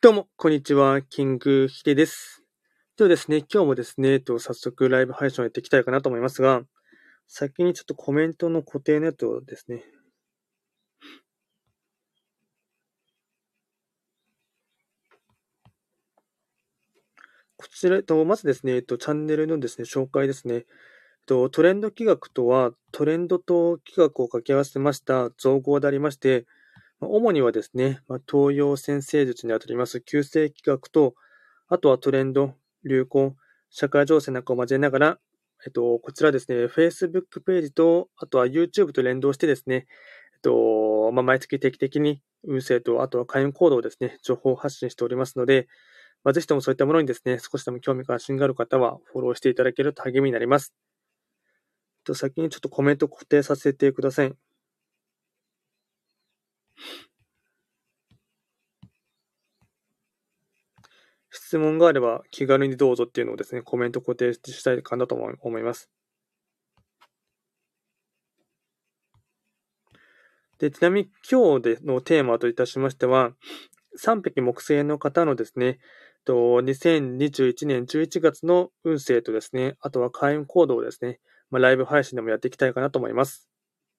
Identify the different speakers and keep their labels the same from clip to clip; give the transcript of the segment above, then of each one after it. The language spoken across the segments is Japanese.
Speaker 1: どうも、こんにちは。キングヒデです。ではですね、今日もですね、早速ライブ配信をやっていきたいかなと思いますが、先にちょっとコメントの固定のやつをですね、こちら、まずですね、チャンネルのですね、紹介ですね。トレンド企画とは、トレンドと企画を掛け合わせました造語でありまして、主にはですね、東洋占星術にあたります旧世企画と、あとはトレンド、流行、社会情勢なんかを交えながら、こちらですね、Facebook ページと、あとは YouTube と連動してですね、毎月定期的に運勢と、あとは開運行動をですね、情報発信しておりますので、ぜひともそういったものにですね、少しでも興味関心がある方はフォローしていただけると励みになります。先にちょっとコメント固定させてください。質問があれば気軽にどうぞっていうのをですね、コメント固定したいかなと思います。で、ちなみに今日のテーマといたしましては、3匹木星の方のですね、2021年11月の運勢とですね、あとは開運行動をですね、ライブ配信でもやっていきたいかなと思います。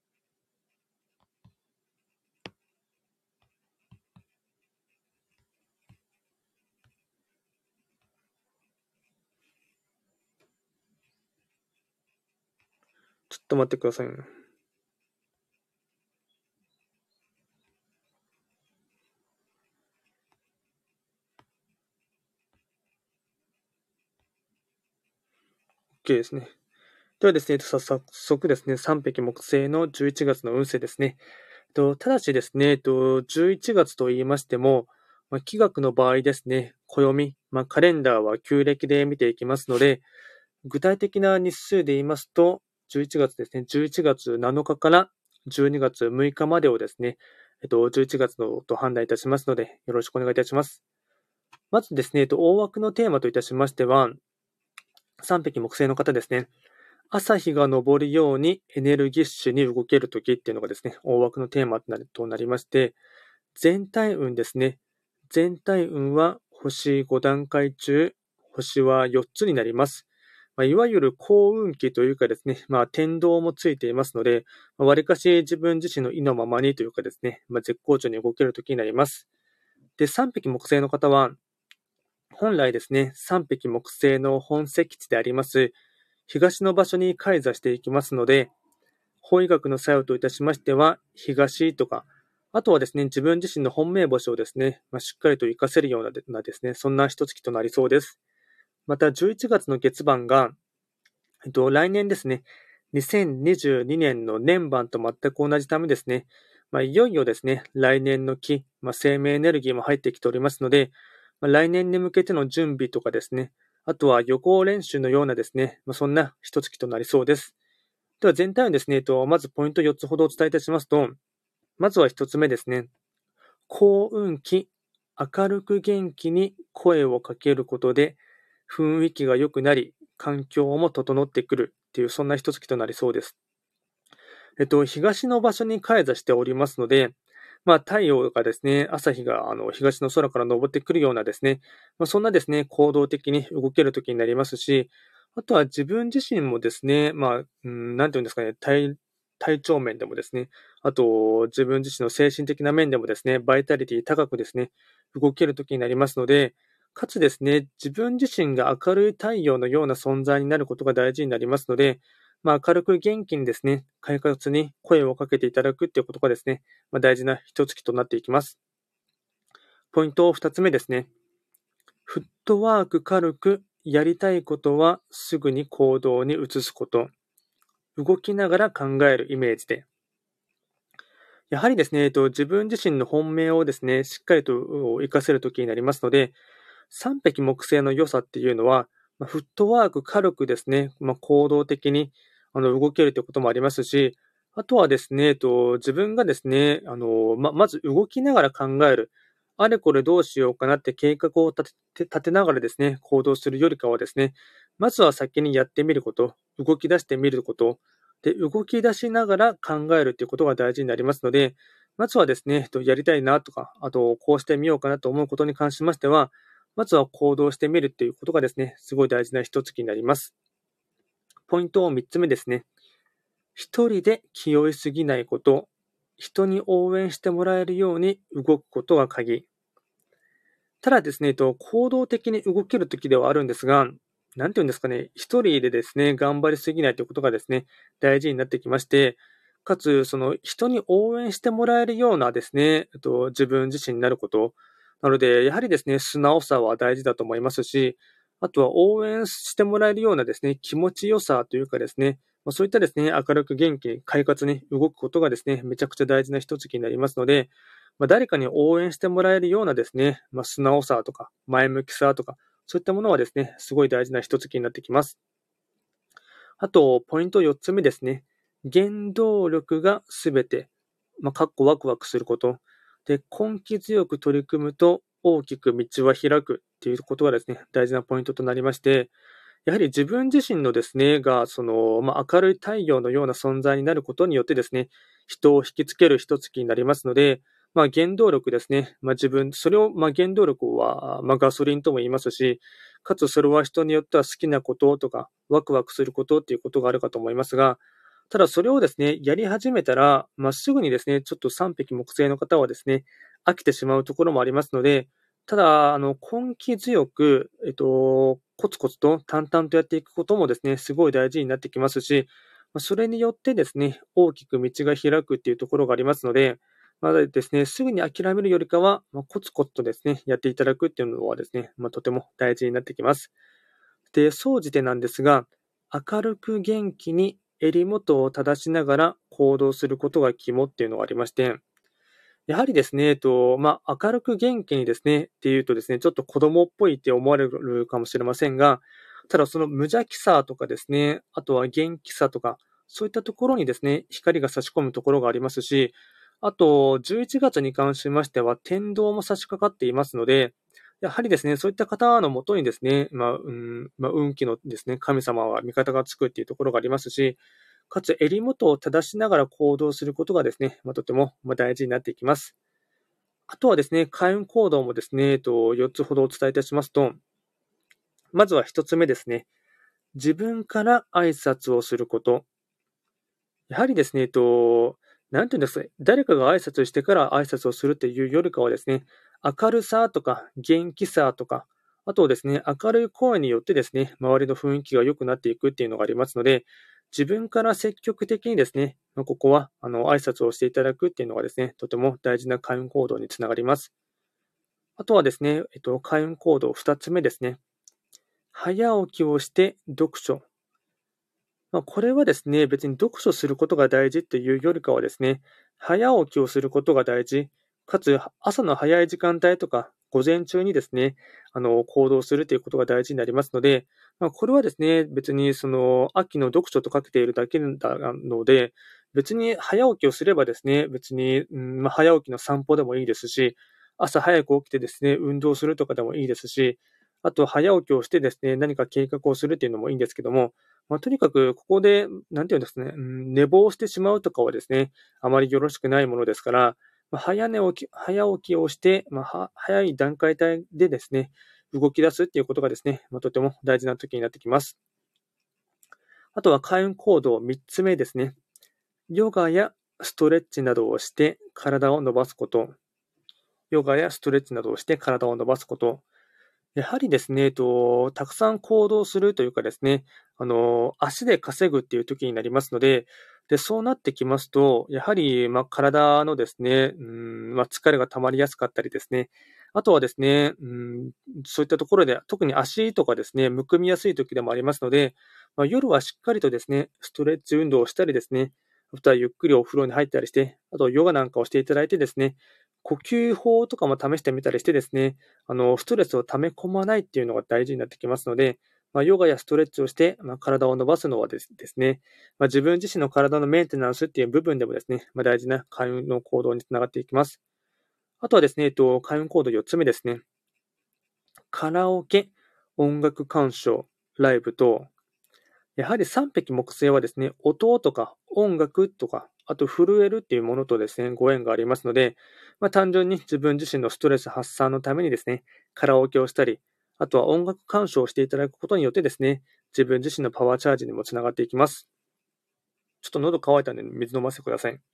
Speaker 1: ちょっと待ってくださいね。OK ですね。ではですね、早速ですね、3匹木星の11月の運勢ですね。ただしですね、11月と言いましても、気学の場合ですね、暦、カレンダーは旧暦で見ていきますので、具体的な日数で言いますと、11月ですね、11月7日から12月6日までをですね、11月のと判断いたしますので、よろしくお願いいたします。まずですね、大枠のテーマといたしましては、3匹木星の方ですね、朝日が昇るようにエネルギッシュに動けるときっていうのがですね、大枠のテーマとなりまして、全体運ですね。全体運は星5段階中、星は4つになります。いわゆる幸運期というかですね、天道もついていますので、わりかし自分自身の意のままにというかですね、絶好調に動けるときになります。で、3匹木星の方は、本来ですね、3匹木星の本石地であります、東の場所に開座していきますので、法医学の作用といたしましては、東とか、あとはですね、自分自身の本命星をですね、しっかりと活かせるようなですね、そんな一月となりそうです。また、11月の月番が、来年ですね、2022年の年番と全く同じためですね、いよいよですね、来年の期、生命エネルギーも入ってきておりますので、来年に向けての準備とかですね、あとは予行練習のようなですね、そんな一月となりそうです。では全体をですね、まずポイント4つほどお伝えいたしますと、まずは1つ目ですね。幸運期、明るく元気に声をかけることで、雰囲気が良くなり、環境も整ってくるっていう、そんな一月となりそうです。東の場所に開座しておりますので、太陽がですね、朝日が東の空から昇ってくるようなですね、そんなですね、行動的に動ける時になりますし、あとは自分自身もですね、なんていうんですかね、体調面でもですね、あと自分自身の精神的な面でもですね、バイタリティ高くですね、動ける時になりますので、かつですね、自分自身が明るい太陽のような存在になることが大事になりますので、明るく元気にですね、快活に声をかけていただくっていうことがですね、大事な一月となっていきます。ポイント2つ目ですね。フットワーク軽く、やりたいことはすぐに行動に移すこと。動きながら考えるイメージで。やはりですね、自分自身の本命をですね、しっかりと活かせる時になりますので、3匹木星の良さっていうのは、フットワーク軽くですね、行動的に動けるということもありますし、あとはですね、自分がですね、まず動きながら考える。あれこれどうしようかなって計画を立てながらですね、行動するよりかはですね、まずは先にやってみること、動き出してみること、で、動き出しながら考えるということが大事になりますので、 まずはですね、やりたいなとか、あと、こうしてみようかなと思うことに関しましては、まずは行動してみるっていうことがですね、すごい大事な一つになります。ポイント3つ目ですね。一人で気負いすぎないこと、人に応援してもらえるように動くことが鍵。ただですね、行動的に動けるときではあるんですが、なんていうんですかね、一人でですね、頑張りすぎないということがですね、大事になってきまして、かつ、その人に応援してもらえるようなですね、自分自身になること。なので、やはりですね、素直さは大事だと思いますし、あとは応援してもらえるようなですね、気持ちよさというかですね、そういったですね、明るく元気に快活に動くことがですね、めちゃくちゃ大事な一つになりますので、誰かに応援してもらえるようなですね、素直さとか前向きさとか、そういったものはですね、すごい大事な一つになってきます。あと、ポイント4つ目ですね。原動力がすべて、かっこワクワクすること。で、根気強く取り組むと大きく道は開くっていうことがですね、大事なポイントとなりまして、やはり自分自身のですね、明るい太陽のような存在になることによってですね、人を引きつける一つになりますので、原動力ですね。それを、原動力は、ガソリンとも言いますし、かつそれは人によっては好きなこととか、ワクワクすることっていうことがあるかと思いますが、ただそれをですね、やり始めたら、すぐにですね、ちょっと三匹木星の方はですね、飽きてしまうところもありますので、ただ、根気強く、コツコツと淡々とやっていくこともですね、すごい大事になってきますし、それによってですね、大きく道が開くっていうところがありますので、まだですね、すぐに諦めるよりかは、コツコツとですね、やっていただくっていうのはですね、とても大事になってきます。で、総じてなんですが、明るく元気に襟元を正しながら行動することが肝っていうのがありまして、やはりですね、明るく元気にですね、っていうとですね、ちょっと子供っぽいって思われるかもしれませんが、ただその無邪気さとかですね、あとは元気さとか、そういったところにですね、光が差し込むところがありますし、あと、11月に関しましては、天道も差し掛かっていますので、やはりですね、そういった方のもとにですね、運気のですね、神様は味方がつくっていうところがありますし、かつ襟元を正しながら行動することがですね、とても大事になっていきます。あとはですね、開運行動もですね、4つほどお伝えいたしますと、まずは1つ目ですね。自分から挨拶をすること。やはりですね、なんていうんですかね、誰かが挨拶してから挨拶をするっていうよりかはですね、明るさとか元気さとか、あとですね、明るい声によってですね、周りの雰囲気が良くなっていくっていうのがありますので、自分から積極的にですね、ここは挨拶をしていただくっていうのがですね、とても大事な開運行動につながります。あとはですね、開運行動2つ目ですね。早起きをして読書。これはですね、別に読書することが大事っていうよりかはですね、早起きをすることが大事、かつ朝の早い時間帯とか、午前中にですね、行動するということが大事になりますので、これはですね、別にその秋の読書とかけているだけなので、別に早起きをすればですね、別に、早起きの散歩でもいいですし、朝早く起きてですね、運動するとかでもいいですし、あと早起きをしてですね、何か計画をするっていうのもいいんですけども、とにかくここで、なんていうんですね、寝坊してしまうとかはですね、あまりよろしくないものですから、早起きをして、早い段階帯でですね、動き出すっていうことがですね、とても大事な時になってきます。あとは開運行動3つ目ですね。ヨガやストレッチなどをして体を伸ばすこと。ヨガやストレッチなどをして体を伸ばすこと。やはりですね、たくさん行動するというかですね、足で稼ぐっていう時になりますので、で、そうなってきますと、やはり、体のですね、疲れが溜まりやすかったりですね、あとはですね、そういったところで、特に足とかですね、むくみやすい時でもありますので、夜はしっかりとですね、ストレッチ運動をしたりですね、あとはゆっくりお風呂に入ったりして、あとヨガなんかをしていただいてですね、呼吸法とかも試してみたりしてですね、ストレスを溜め込まないっていうのが大事になってきますので、ヨガやストレッチをして、体を伸ばすのはですね、自分自身の体のメンテナンスっていう部分でもですね、大事な開運の行動につながっていきます。あとはですね、開運行動4つ目ですね。カラオケ、音楽鑑賞、ライブと、やはり三匹木星はですね、音とか音楽とか、 あと震えるっていうものとですね、ご縁がありますので、単純に自分自身のストレス発散のためにですね、カラオケをしたり、あとは音楽鑑賞をしていただくことによってですね、自分自身のパワーチャージにもつながっていきます。ちょっと喉乾いたので水飲ませてください。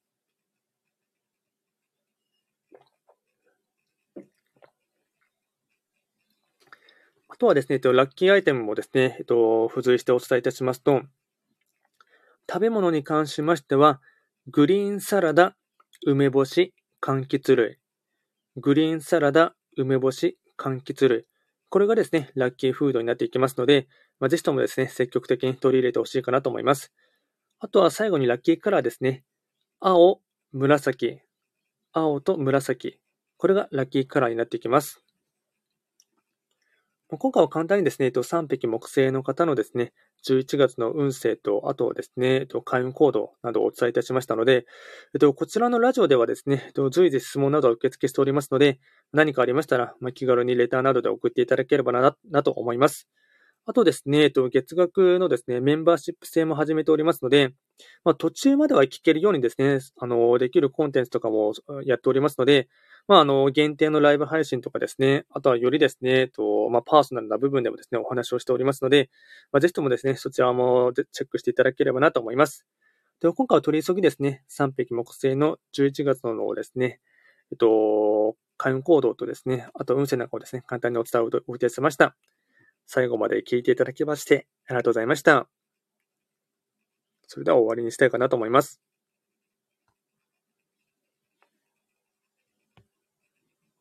Speaker 1: あとはですね、ラッキーアイテムもですね、付随してお伝えいたしますと、食べ物に関しましては、グリーンサラダ、梅干し、柑橘類。グリーンサラダ、梅干し、柑橘類。これがですね、ラッキーフードになっていきますので、ぜひともですね、積極的に取り入れてほしいかなと思います。あとは最後にラッキーカラーですね。青、紫。青と紫。これがラッキーカラーになっていきます。今回は簡単にですね、3匹木星の方のですね、11月の運勢と、あとですね、開運行動などをお伝えいたしましたので、こちらのラジオではですね、随時質問などを受付しておりますので、何かありましたら、気軽にレターなどで送っていただければなと思います。あとですね、月額のですね、メンバーシップ制も始めておりますので、途中までは聞けるようにですね、できるコンテンツとかもやっておりますので、限定のライブ配信とかですね、あとはよりですね、パーソナルな部分でもですね、お話をしておりますので、ぜひともですね、そちらもチェックしていただければなと思います。で、今回は取り急ぎですね、3匹木星の11月のですね、開運行動とですね、あと運勢なんかをですね、簡単にお伝えをいたしました。最後まで聞いていただきまして、ありがとうございました。それでは終わりにしたいかなと思います。